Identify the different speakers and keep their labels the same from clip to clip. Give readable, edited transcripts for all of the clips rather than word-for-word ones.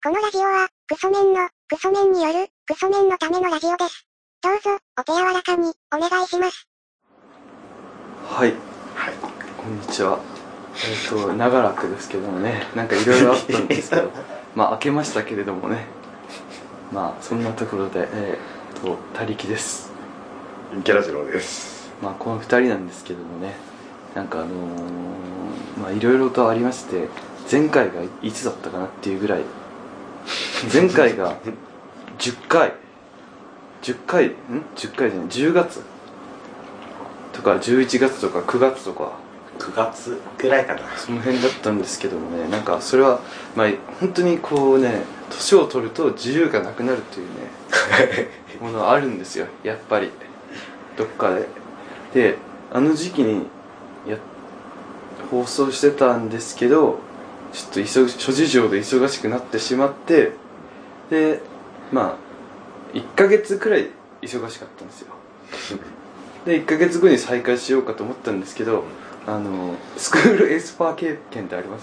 Speaker 1: このラジオは、クソメンによる、クソメンのためのラジオです。どうぞ、お手柔らかに、お願いします。
Speaker 2: はい。こんにちは。長らくですけどもね、なんかいろいろあったんですけど、まあ明けましたけれどもね、まあそんなところで、他力です。
Speaker 3: 池田次郎です。
Speaker 2: まあこの2人なんですけどもね、なんかまあいろいろとありまして、前回がいつだったかなっていうぐらい、前回が10回じゃない10月とか11月とか9月とか
Speaker 3: 9月ぐらいかな、
Speaker 2: その辺だったんですけどもね、なんかそれはまあ本当にこうね、年を取ると自由がなくなるというねものあるんですよ、やっぱりどっかで。で、あの時期に放送してたんですけど、ちょっと諸事情で忙しくなってしまって、でまあ1ヶ月くらい忙しかったんですよ。で1ヶ月後に再開しようかと思ったんですけど、スクールエスパー経験ってあります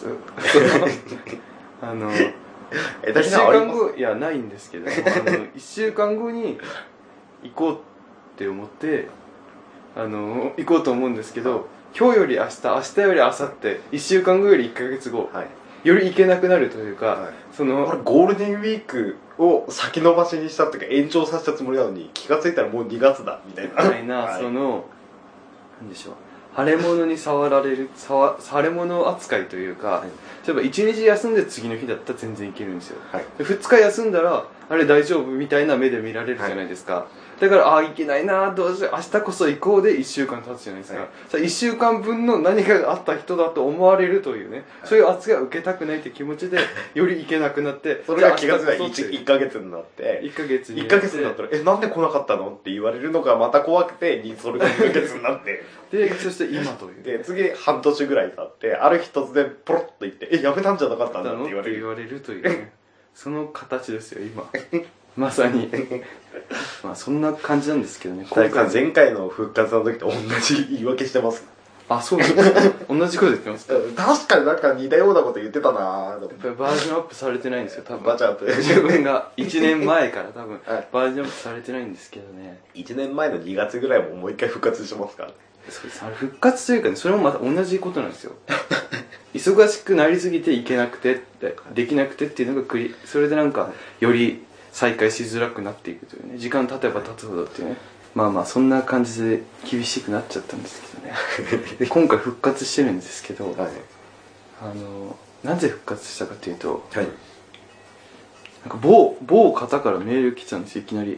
Speaker 2: ？1週間後、いやないんですけど、1週間後に行こうって思って行こうと思うんですけど、今日より明日、明日より明後日、1週間後より1ヶ月後、より行けなくなるというか、
Speaker 3: これゴールデンウィークを先延ばしにしたっていうか延長させたつもりなのに、気がついたらもう2月だみたいな
Speaker 2: なんでしょう、腫れ物に触られる腫れ物扱いというか、例えば1日休んで次の日だったら全然いけるんですよ、2日休んだらあれ大丈夫みたいな目で見られるじゃないですか、だからいけないな、どうしよう、明日こそ行こうで1週間経つじゃないですか、1週間分の何かがあった人だと思われるというね、そういう扱いを受けたくないという気持ちでより行けなくなって、
Speaker 3: それが気がついたら 1ヶ月になって
Speaker 2: 1ヶ月に
Speaker 3: なったらなんで来なかったのって言われるのがまた怖くて、それが2ヶ月になって
Speaker 2: で、そして今という、
Speaker 3: で次半年ぐらい経って、ある日突然ポロッと言ってやめたんじゃなかったんだって言われる
Speaker 2: というねその形ですよ今まさにまあそんな感じなんですけどね。
Speaker 3: 前回の復活の時と同じ言い訳してます。
Speaker 2: あ、そうですか。同じこと言ってますか。
Speaker 3: 確かになんか似たようなこと言ってたな。
Speaker 2: バージョンアップされてないんですよ多分。
Speaker 3: バージョンアップ
Speaker 2: 自分が1年前から多分バージョンアップされてないんですけどね。
Speaker 3: 1年前の2月ぐらいももう一回復活してますからね。
Speaker 2: そうです。復活というかね、それもまた同じことなんですよ忙しくなりすぎていけなくてできなくてっていうのがそれでなんかより再開しづらくなっていくというね、時間経てば経つほどっていうね、まあまあそんな感じで厳しくなっちゃったんですけどねで今回復活してるんですけど、なぜ復活したかというと、なんか某方からメール来たんですよ、いきなり。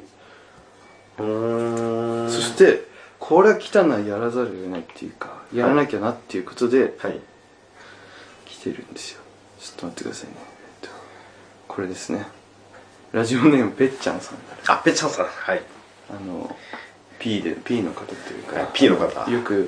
Speaker 2: そしてこれは来たのはやらざるを得ないっていうか、やらなきゃなっていうことで、来てるんですよ。ちょっと待ってくださいね。これですね。ラジオネームぺっちゃんさん。
Speaker 3: あ、ぺっちゃんさん。
Speaker 2: P の方というか、
Speaker 3: P の方。
Speaker 2: よく、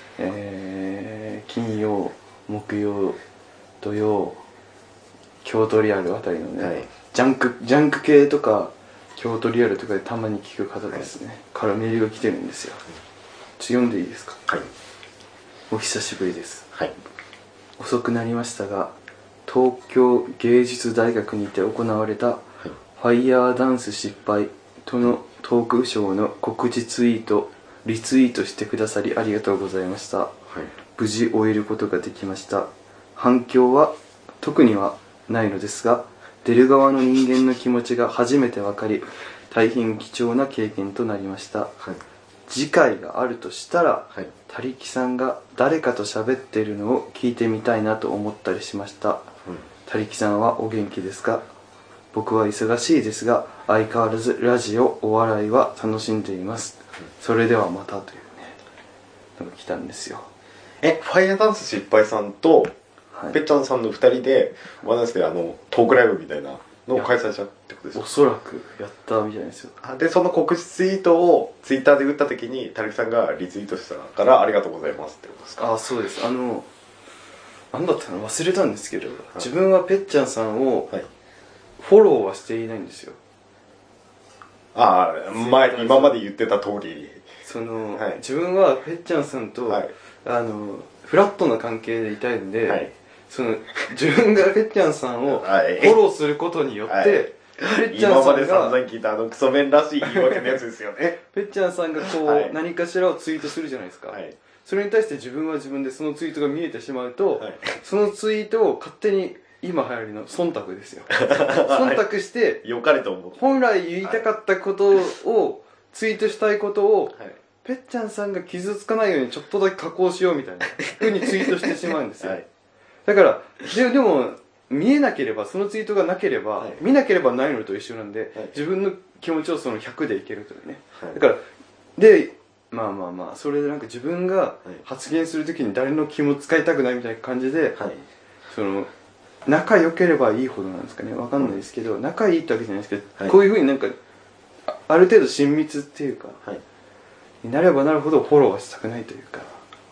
Speaker 2: 金曜、木曜、土曜、京都リアルあたりのね、ジャンク系とか京都リアルとかでたまに聞く方ですね、からメールが来てるんですよ。読んでいいですか。お久しぶりです。遅くなりましたが、東京芸術大学にて行われたファイヤーダンス失敗とのトークショーの告知ツイート、リツイートしてくださりありがとうございました。無事終えることができました。反響は特にはないのですが、出る側の人間の気持ちが初めて分かり、大変貴重な経験となりました。次回があるとしたら、他力さんが誰かと喋っているのを聞いてみたいなと思ったりしました。他力さんはお元気ですか。僕は忙しいですが、相変わらずラジオ、お笑いは楽しんでいます。それではまたというね、のが来たんですよ。
Speaker 3: ファイヤーダンス失敗さんと、ぺっちゃんさんの2人で、トークライブみたいなのを開催したってことですか。
Speaker 2: おそらくやったみたいですよ。
Speaker 3: で、その告知ツイートをツイッターで打った時に、たるきさんがリツイートしたからありがとうございますってことですか。
Speaker 2: そうです。なんだったの忘れたんですけど、自分はぺっちゃんさんをフォローはしていないんですよ。
Speaker 3: 今まで言ってた通り、
Speaker 2: 自分はぺっちゃんさんと、フラットな関係でいたいんで、 その自分がぺっちゃんさんをフ
Speaker 3: はい
Speaker 2: ォローすることによって、
Speaker 3: はい
Speaker 2: ぺっちゃんさ
Speaker 3: 今まで散
Speaker 2: んが
Speaker 3: 々聞いたクソメンらしい言い訳のやつですよね。
Speaker 2: ぺっちゃんさんがこう、
Speaker 3: はい
Speaker 2: 何かしらをツイートするじゃないですか、
Speaker 3: はい。
Speaker 2: それに対して自分は自分でそのツイートが見えてしまうと、
Speaker 3: はい
Speaker 2: そのツイートを勝手に今流行りの忖度ですよ忖度して
Speaker 3: 良かれと思って。
Speaker 2: 本来言いたかったことを、ツイートしたいことを、
Speaker 3: はい。
Speaker 2: ぺっちゃんさんが傷つかないようにちょっとだけ加工しようみたいな風にツイートしてしまうんですよ、
Speaker 3: はい。
Speaker 2: だからでも見えなければ、そのツイートがなければ、
Speaker 3: はい
Speaker 2: 見なければないのと一緒なんで、
Speaker 3: はい
Speaker 2: 自分の気持ちをその100でいけるというね、
Speaker 3: はい
Speaker 2: だからでまあそれでなんか自分が発言するときに誰の気も使いたくないみたいな感じで、
Speaker 3: はい。
Speaker 2: その仲良ければいいほどなんですかね、わかんないですけど、仲いいってわけじゃないですけど、
Speaker 3: はい
Speaker 2: こういうふうになんかある程度親密っていうか
Speaker 3: はい。
Speaker 2: になればなるほどフォローはしたくないというか、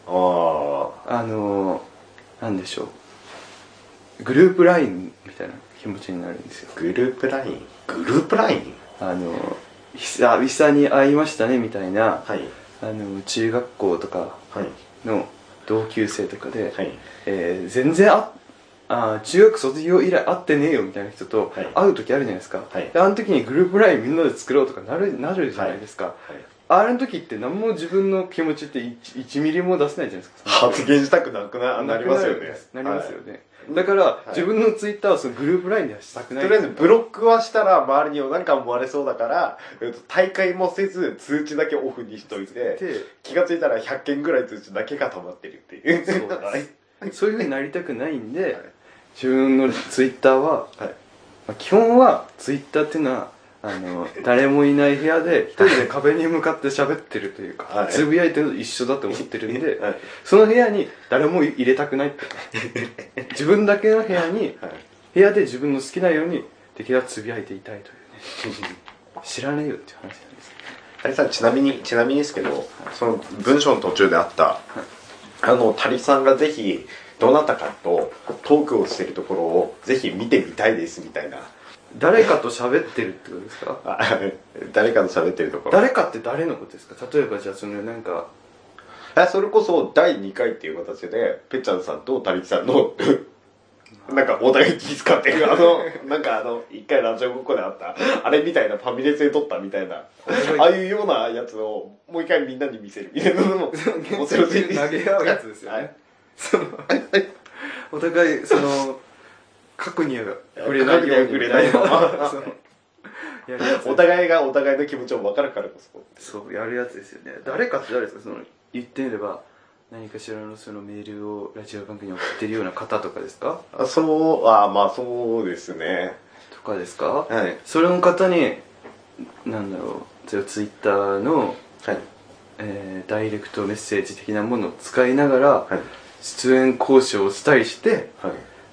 Speaker 3: あ
Speaker 2: なんでしょう、グループ LINE みたいな気持ちになるんですよ。
Speaker 3: グループライングループライン
Speaker 2: 久々に会いましたねみたいな、
Speaker 3: はい。
Speaker 2: 中学校とか
Speaker 3: はい。
Speaker 2: の同級生とかで、
Speaker 3: はい。
Speaker 2: 全然中学卒業以来会ってねえよみたいな人と
Speaker 3: はい
Speaker 2: 会う時あるじゃないですか、
Speaker 3: はい
Speaker 2: であの時にグループ LINE みんなで作ろうとかなるじゃないですか、
Speaker 3: はい。
Speaker 2: あれの時って何も自分の気持ちって 1ミリも出せないじゃないですか。
Speaker 3: 発言したくなくなりますよね。
Speaker 2: なりますよね、
Speaker 3: はい
Speaker 2: だから、
Speaker 3: はい
Speaker 2: 自分のツイッターはそのグループ LINE ではしたくない。
Speaker 3: とりあえずブロックはしたら周りに何か思われそうだから、大会もせず通知だけオフにしといて、
Speaker 2: で
Speaker 3: 気がついたら100件ぐらい通知だけが溜まってるっていう。
Speaker 2: そうです
Speaker 3: はい。
Speaker 2: そういう風になりたくないんで、
Speaker 3: はい
Speaker 2: 自分のツイッターは、
Speaker 3: はい。
Speaker 2: 基本はツイッターっていうのは誰もいない部屋で一人で壁に向かって喋ってるというか、
Speaker 3: はい
Speaker 2: つぶやいてるのと一緒だと思ってるんで、
Speaker 3: はい。
Speaker 2: その部屋に誰も入れたくないって自分だけの部屋に、
Speaker 3: はい。
Speaker 2: 部屋で自分の好きなようにできればつぶやいていたいというね知らねえよっていう話なんです
Speaker 3: タリさん、ちなみにですけど、その文章の途中であった、タリさんがぜひどなたかとトークをしているところをぜひ見てみたいですみたいな。
Speaker 2: 誰かと喋ってるってことですか？
Speaker 3: 誰かと喋ってるところ。
Speaker 2: 誰かって誰のことですか？例えばじゃあそのなんか
Speaker 3: それこそ第2回っていう形でぺっちゃんさんとタリキさんのなんかお互い気遣ってるなんか一回ラジオごっこであったあれみたいなファミレスで撮ったみたいなああいうようなやつをもう一回みんなに見せるみたいなのも面白いです。
Speaker 2: 投げ合うやつですよね、
Speaker 3: はい、
Speaker 2: そのお互いその核には触れないようにみたいなそのやるやつ、
Speaker 3: お互いがお互いの気持ちを分かるからこそ
Speaker 2: そうやるやつですよね。誰かって誰ですか？その言ってみれば何かしらのそのメールをラジオ番組に送ってるような方とかですか？
Speaker 3: まあそうですね。
Speaker 2: とかですか？
Speaker 3: はい。
Speaker 2: それの方になんだろう、ツイッターの、
Speaker 3: はい。
Speaker 2: ダイレクトメッセージ的なものを使いながら、
Speaker 3: はい。
Speaker 2: 出演交渉をしたりして、
Speaker 3: はい。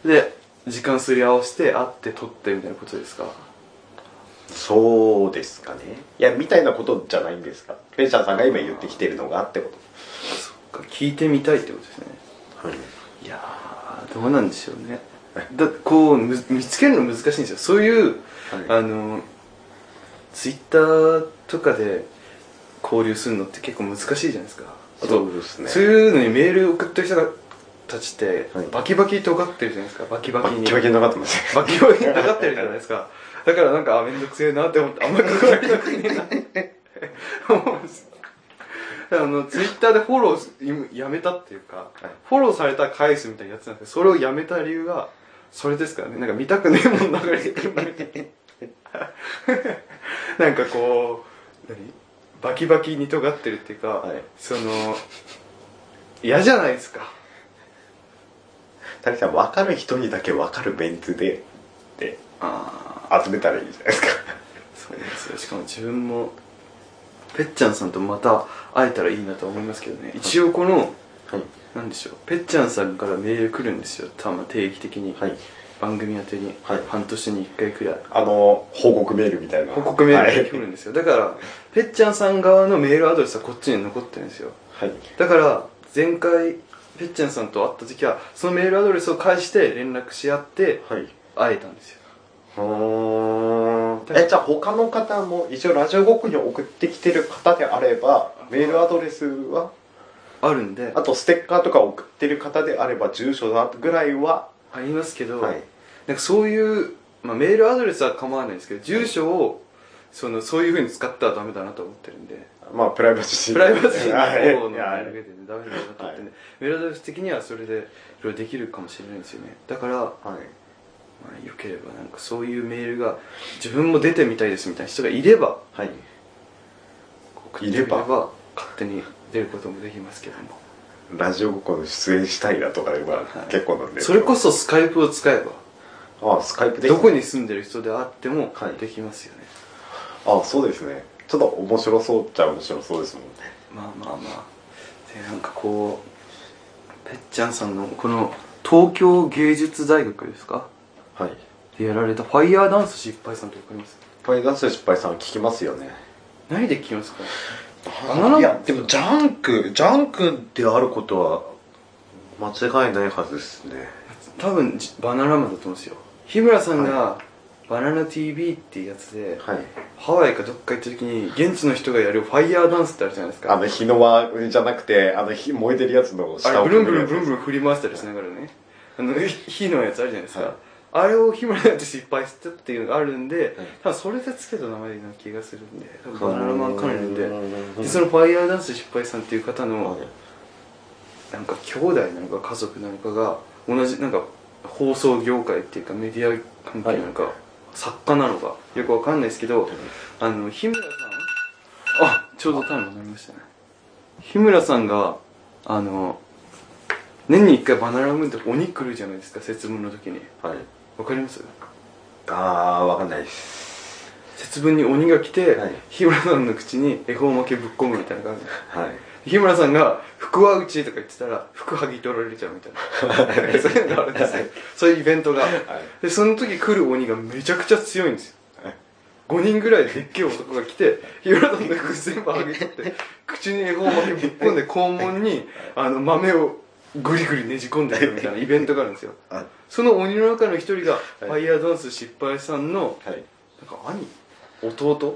Speaker 2: で時間すり合わせて会って撮ってみたいなことですか？
Speaker 3: そうですかね。いやみたいなことじゃないんですか。ペンシャンさんが今言ってきてるのがってこと。
Speaker 2: そっか、聞いてみたいってことですね。
Speaker 3: はい。
Speaker 2: いやーどうなんでしょうね。こう見つけるの難しいんですよ。そういう、
Speaker 3: はい、
Speaker 2: ツイッターとかで交流するのって結構難しいじゃないですか。あと
Speaker 3: そうですね。
Speaker 2: そういうのにメール送ってる人たちって、
Speaker 3: はい、
Speaker 2: バキバキ尖ってるじゃないですか。バキバキに
Speaker 3: 尖ってます
Speaker 2: バキバキに尖ってるじゃないですか。だからなんかめんどくせえなって思ってあんまり関わりたくねえなって思うんです。ツイッターでフォローやめたっていうか、はい、フォローされたら返すみたいなやつなんですけど、それをやめた理由がそれですからね。なんか見たくねえもん流れてくるみたいななんかこうバキバキに尖ってるっていうか、はい、その嫌じゃないですか。
Speaker 3: 谷さん、分かる人にだけ分かるメンツで集めたらいいじゃないですか。
Speaker 2: そうですよ。しかも自分もぺっちゃんさんとまた会えたらいいなと思いますけどね。一応この、はい、なんでしょう、ぺっちゃんさんからメール来るんですよ。定期的に、はい、番組宛てに、はい、半年に1回くらい
Speaker 3: 報告メールみたいな
Speaker 2: 報告メールが来るんですよ。だからぺっちゃんさん側のメールアドレスはこっちに残ってるんですよ。はい、だから前回ぺっちゃんさんと会った時はそのメールアドレスを返して連絡し合って会えたんですよ。
Speaker 3: じゃあ他の方も一応ラジオごっこに送ってきてる方であればメールアドレスは
Speaker 2: あるんで、
Speaker 3: あとステッカーとか送ってる方であれば住所だぐらいは
Speaker 2: ありますけど、
Speaker 3: はい、
Speaker 2: なんかそういう、まあ、メールアドレスは構わないんですけど、住所をそういう風に使ったらダメだなと思ってるんで、
Speaker 3: まあプライバシー
Speaker 2: の方の上でね、ダメだなと思ってね、
Speaker 3: はい、
Speaker 2: メールアドレス的にはそれでいろいろできるかもしれないんですよね。だから、
Speaker 3: はい、
Speaker 2: まあ、よければなんかそういうメールが自分も出てみたいですみたいな人がいれば、
Speaker 3: はい、
Speaker 2: 送ってみれば勝手に出ることもできますけども、
Speaker 3: ラジオごっこの出演したいなとかで、まあ、結構なんで、
Speaker 2: それこそスカイプを使えば、
Speaker 3: スカイプで
Speaker 2: どこに住んでる人であってもできますよね。
Speaker 3: そうですね。ちょっと面白そうっちゃ面白そうですもんね。
Speaker 2: まあでなんかこうぺっちゃんさんのこの東京芸術大学ですか、
Speaker 3: はい、
Speaker 2: でやられたファイヤーダンス失敗さんってわかります？
Speaker 3: ファイヤーダンス失敗さん聞きますよね。
Speaker 2: 何で聞きますか？
Speaker 3: いやでもジャンクであることは間違いないはずですね。
Speaker 2: 多分バナナマンだと思うんですよ。日村さんが、バナナ TV っていうやつで、
Speaker 3: はい、
Speaker 2: ハワイかどっか行った時に現地の人がやるファイヤーダンスってあるじゃないですか。
Speaker 3: 火の輪じゃなくて燃えてるやつの下を
Speaker 2: ブルンブルン振り回したりしながらね、火のやつあるじゃないですか、はい、あれを日村やって失敗したっていうのがあるんで、多分それでつけた名前な気がするんで、多分バナナマン関連で、そのファイヤーダンス失敗さんっていう方の、なんか兄弟なのか家族なのかが同じなんか放送業界っていうかメディア関係なのか、作家なのかよくわかんないですけど、日村さん、ちょうどタイムになりましたね。日村さんが年に1回バナナムーンって鬼来るじゃないですか、節分の時に。はい。わかります？
Speaker 3: わかんないです。
Speaker 2: 節分に鬼が来て、日村さんの口に恵方巻きぶっ込むみたいな感じ。はい。日村さんが福は内とか言ってたら服剥ぎ取られちゃうみたいなそういうのがあるんですよ。そういうイベントが、でその時来る鬼がめちゃくちゃ強いんですよ。5人ぐらいでっけえ男が来て日村さんの服全部剥ぎ取って口に恵方巻きぶっ込んで肛門に豆をグリグリねじ込んでるみたいなイベントがあるんですよ。その鬼の中の一人がファイヤーダンス失敗さんのなんか弟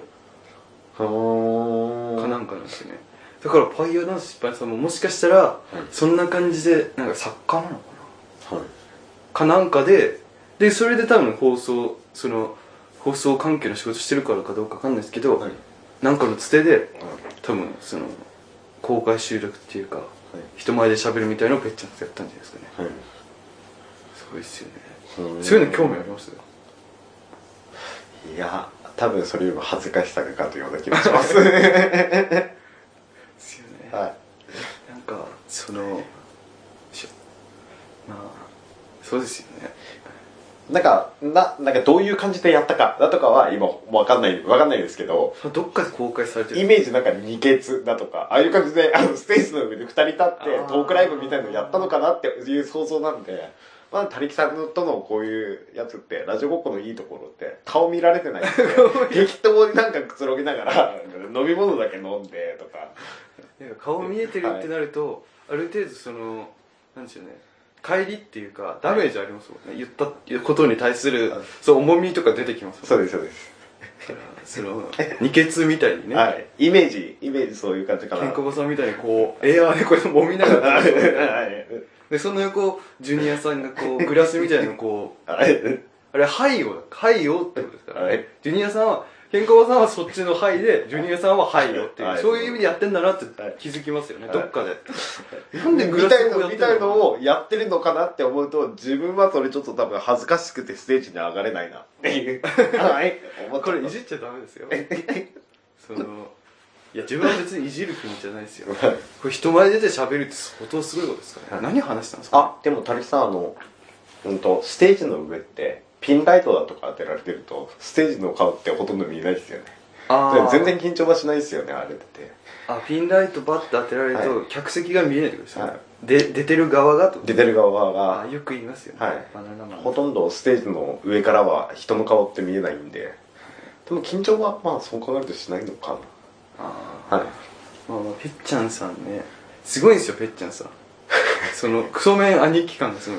Speaker 2: かなんかなんですよね。だからファイヤーダンス失敗さんももしかしたらそんな感じでなんか作家なのかな、かなんかでそれで多分放送関係の仕事してるからかどうかわかんないですけど、なんかのつてで多分公開収録っていうか、人前で喋るみたいなのをぺっちゃんとやったんじゃないですかね。すごいっすよね。そういうの興味あります？
Speaker 3: いや多分それよりも恥ずかしさが勝つような気がします。
Speaker 2: ですよね。なんかまあそうですよね。
Speaker 3: なんかどういう感じでやったかだとかは今わかんないですけど、
Speaker 2: どっかで公開されてる
Speaker 3: イメージなんか二血だとかああいう感じでステージの上で2人立ってトークライブみたいなのやったのかなっていう想像なんで、まあ、たりきさんとのこういうやつってラジオごっこのいいところって顔見られてないんで適当になんかくつろぎながら飲み物だけ飲んでとか、
Speaker 2: 顔見えてるってなると、ある程度なんでしょうね、帰りっていうかダメージありますもんね。言ったことに対する重みとか出てきますもんね。
Speaker 3: そうですそうです。
Speaker 2: 二血みたいにね、
Speaker 3: イメージそういう感じかな。
Speaker 2: ケンコバさんみたいにこうエアーでこう揉みながらでその横ジュニアさんがこうグラスみたいなのこうあれハイオってことですから、ジュニアさんはケンコバさんはそっちのハイでジュニアさんはハイよっていう、そういう意味でやってんだなって気づきますよね、どっかで。
Speaker 3: なんでグラスみたいのをやってるのかなって思うと、自分はそれちょっと多分恥ずかしくてステージに上がれないなっていう
Speaker 2: これいじっちゃダメですよ。いや自分は別にいじる気持ちじゃないですよ。これ人前で出て喋るって相当すごいことですからね。何話したんですか？
Speaker 3: でもたりさんステージの上ってピンライトだとか当てられてるとステージの顔ってほとんど見えないですよね。全然緊張はしないですよね、あれって。
Speaker 2: ピンライトバッて当てられると客席が見えないってことですよね。出てる側がよく言いますよね。バナナマン
Speaker 3: ほとんどステージの上からは人の顔って見えないんで、でも緊張はまあそう考えるとしないのかな。
Speaker 2: ぺっちゃんさんね、すごいんですよ、ぺっちゃんさん。クソメン兄貴感がすごい。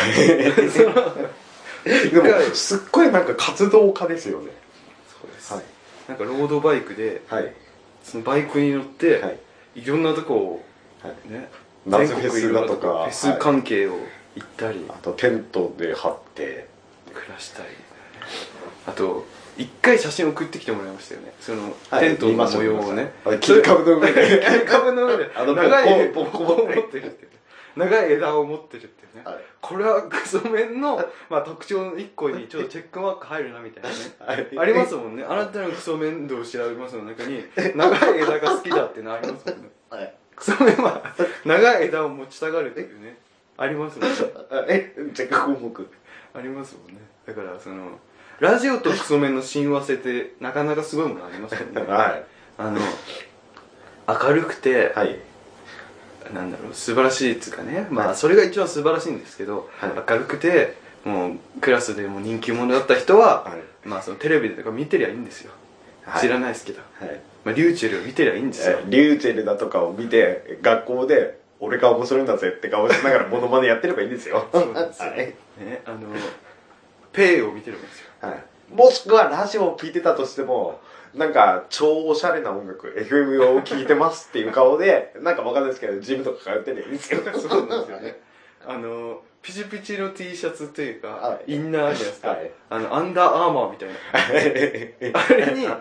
Speaker 3: でもすっごいなんか活動家ですよね。
Speaker 2: そうです。なんかロードバイクで、そのバイクに乗って、いろんなとこをね、
Speaker 3: 夏フェスだとか
Speaker 2: フェス関係を行ったり
Speaker 3: あとテントで張って
Speaker 2: 暮らしたり、あと一回写真送ってきてもらいましたよね、その、
Speaker 3: はい、
Speaker 2: テントの模様をね、
Speaker 3: 切り株の上で
Speaker 2: 切り株の上で長い
Speaker 3: ボコ
Speaker 2: を持ってるっていう、長い枝を持ってるっていうね、
Speaker 3: はい、
Speaker 2: これはクソメンの、まあ、特徴の一個にちょっとチェックマーク入るなみたいなね、
Speaker 3: はい、
Speaker 2: ありますもんね。あなたのクソメン度を調べますの中に長い枝が好きだっていうのありますもんね。
Speaker 3: はい、
Speaker 2: クソメンは長い枝を持ちたがるっていうね、ありますもんね。
Speaker 3: チェック項目
Speaker 2: ありますもんね。だからそのラジオとクソメンの親和性ってなかなかすごいものありますよね。
Speaker 3: はい、
Speaker 2: 明るくて、
Speaker 3: はい、
Speaker 2: なんだろう、素晴らしいっていうかね、まあそれが一番素晴らしいんですけど、
Speaker 3: はい、
Speaker 2: 明るくてもうクラスでも人気者だった人は、
Speaker 3: はい、
Speaker 2: まあそのテレビとか見てりゃいいんですよ、はい、知らないですけど、はい、まあ、リューチェルを見てりゃいいんですよ、
Speaker 3: リューチェルだとかを見て学校で俺が面白いんだぜって顔しながらモノマネやってればいいんですよ。
Speaker 2: そうなんですよ、はい、ね、ペイを見てるんですよ、
Speaker 3: はい、もしくはラジオを聞いてたとしてもなんか超おしゃれな音楽 FM を聴いてますっていう顔でなんかわかんないですけどジムとか通ってねいいんですよ。
Speaker 2: そうなんですよね。ピチピチの T シャツというか、はい、インナーあるじゃないですか、はい、アンダーアーマーみたいなあれに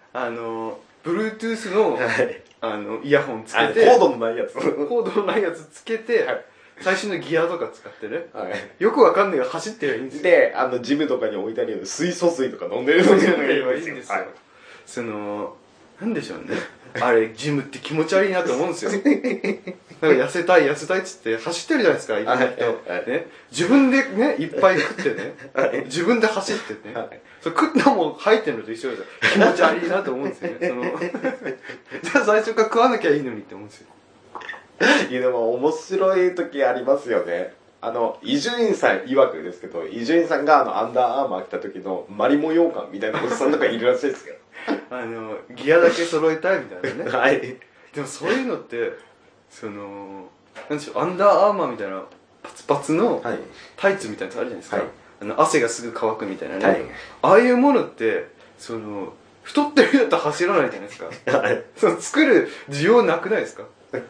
Speaker 2: Bluetooth の、はい、イヤホンつけて
Speaker 3: コードのないやつ
Speaker 2: つけて、はい、最新のギアとか使ってね、
Speaker 3: はい、
Speaker 2: よくわかんないが走ってりゃいいんですよ。
Speaker 3: でジムとかに置いてあるような水素水とか飲んでるのがいいんですよ。
Speaker 2: そのなんでしょうね、あれジムって気持ち悪いなと思うんですよ。なんか痩せたいっつって走ってるじゃないですか、いろんな人、ね、自分でねいっぱい食ってね、自分で走ってね、それ食ったもん入ってるのと一緒ですよ。気持ち悪いなと思うんですよね。じゃあ最初から食わなきゃいいのにって思うんですよ。
Speaker 3: いやでも面白い時ありますよね。伊集院さん曰くですけど、伊集院さんがアンダーアーマー着た時のマリモ羊羹みたいなおじさんとかいるらしいですよ。
Speaker 2: ギアだけ揃えたいみたいなね。
Speaker 3: はい。
Speaker 2: でもそういうのってなんでしょう、アンダーアーマーみたいなパツパツのタイツみたいなやつあるじゃないですか、はい、汗がすぐ乾くみたいなね、はい、ああいうものって太ってるやつと走らないじゃないですか、はい、作る需要なくないですか。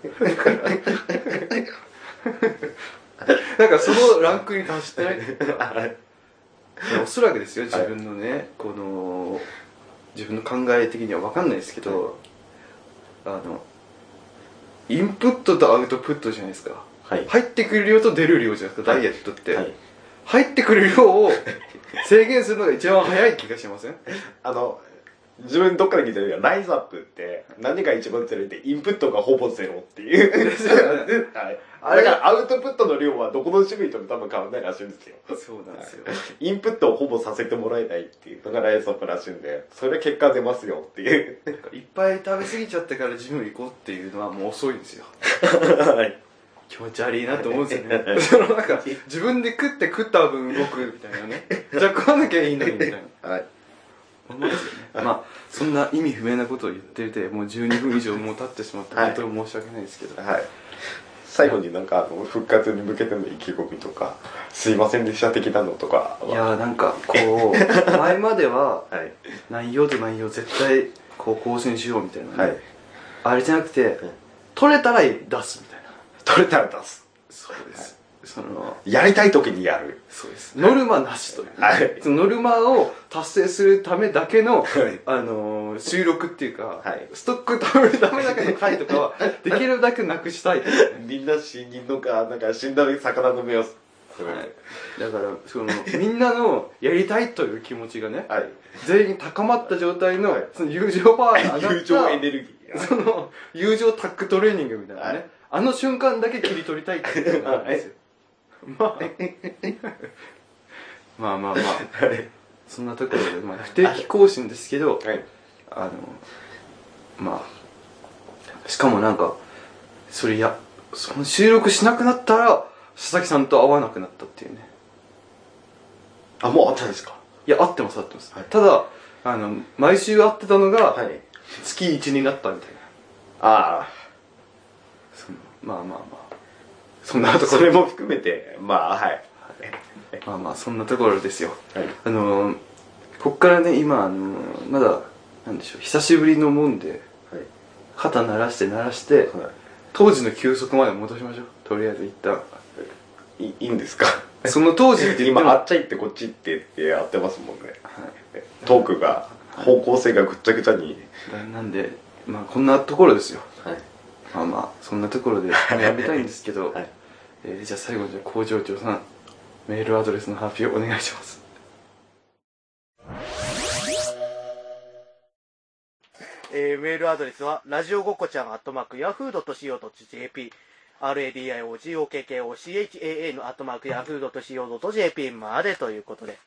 Speaker 2: なんかそのランクに達してないおそらくですよ、自分のね、はい、自分の考え的には分かんないですけど、インプットとアウトプットじゃないですか、はい、入ってくる量と出る量じゃないですか、ダイエットって、はい、入ってくる量を制限するのが一番早い気がしません？
Speaker 3: 自分どっかで聞いたらライズアップって何が一番強いってインプットがほぼゼロっていうですよね、はい、だからアウトプットの量はどこの種類とも多分変わらないらしいんですよ。
Speaker 2: そうなんですよ、
Speaker 3: はい、インプットをほぼさせてもらえないっていうのがライズアップらしいんで、それ結果出ますよっていう
Speaker 2: いっぱい食べ過ぎちゃってからジム行こうっていうのはもう遅いんですよ。はい、気持ち悪いなと思うんですよね。なんか自分で食った分動くみたいなね、じゃあ食わなきゃいいのにみたいな、はい、思うんですよね。まあそんな意味不明なことを言っててもう12分以上もう経ってしまって本当に申し訳ないですけど、
Speaker 3: はい、最後になんか復活に向けての意気込みとかすいませんでした的なのとか。
Speaker 2: いやーなんか前までは内容と内容絶対更新しようみたいな、ね、はい、あれじゃなくて、取れたら出すみたいな、
Speaker 3: 取れたら出す、
Speaker 2: そうです、
Speaker 3: やりたい時にやる、
Speaker 2: そうです、ノルマなしという、ね、はい、そのノルマを達成するためだけの、はい、収録っていうか、はい、ストック貯めるためだけの回とかはできるだけなくしたい、ね、
Speaker 3: みんな死人のかなんか死んだ魚の目を、はい、
Speaker 2: だからみんなのやりたいという気持ちがね、はい、全員高まった状態の、はい、その友情パワーが上がった友情エネルギー、友情タッグトレーニングみたいなね、はい、瞬間だけ切り取りたいっていうのがあるんですよ。まあまあ、はい、そんなところで、まあ、不定期更新ですけど、はい、まあしかもなんかその収録しなくなったら佐々木さんと会わなくなったっていうね。
Speaker 3: あ、もう会ったんですか？い
Speaker 2: や、会ってます、はい、ただ毎週会ってたのが月1になったみたいな。ああ、まあまあまあそんなところ、
Speaker 3: それも含めてまあはい、
Speaker 2: まあまあそんなところですよ、はい、こっからね今まだなんでしょう、久しぶりのもんで、はい、肩鳴らして、はい、当時の休息まで戻しましょう、とりあえず一旦、はい、
Speaker 3: いいんですか？
Speaker 2: その当時って言っても
Speaker 3: 今あっちゃいってこっち行ってってやってますもんね、トークが方向性がぐっちゃぐちゃに、
Speaker 2: なんでまあこんなところですよ。
Speaker 3: はい、
Speaker 2: まあそんなところでやめたいんですけど、
Speaker 3: はい、
Speaker 2: じゃあ最後に工場長さんメールアドレスの発表お願いします。
Speaker 4: メールアドレスはラジオごこちゃん@yahoo.co.jp RADIOGOKKOCHAAN@yahoo.co.jp までということで、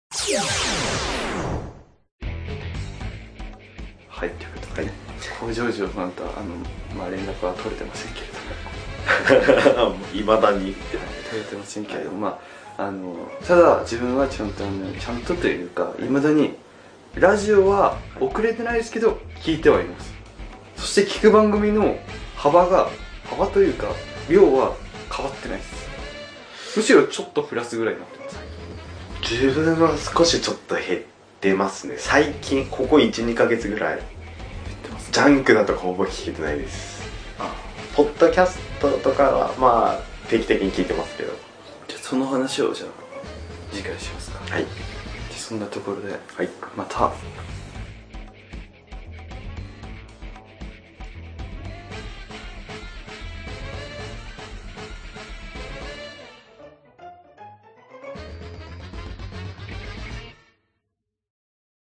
Speaker 2: はい、ということで、工場長さんとまあ連絡は取れてませんけれども
Speaker 3: いまだに
Speaker 2: 取れてませんけれども、まあただ自分はちゃんとというかいまだにラジオは遅れてないですけど聞いてはいます。そして聞く番組の幅というか量は変わってないです。むしろちょっとプラスぐらいになってます。
Speaker 3: 自分は少しちょっと減ってますね。最近ここ 1,2 ヶ月ぐらい
Speaker 2: 減ってます。
Speaker 3: ジャンクだとかほぼ聞けてないです。ポッドキャストとかはまあ定期的に聞いてますけど。
Speaker 2: じゃあその話をじゃあ次回しますか。
Speaker 3: はい。
Speaker 2: そんなところで、
Speaker 3: はい、
Speaker 2: また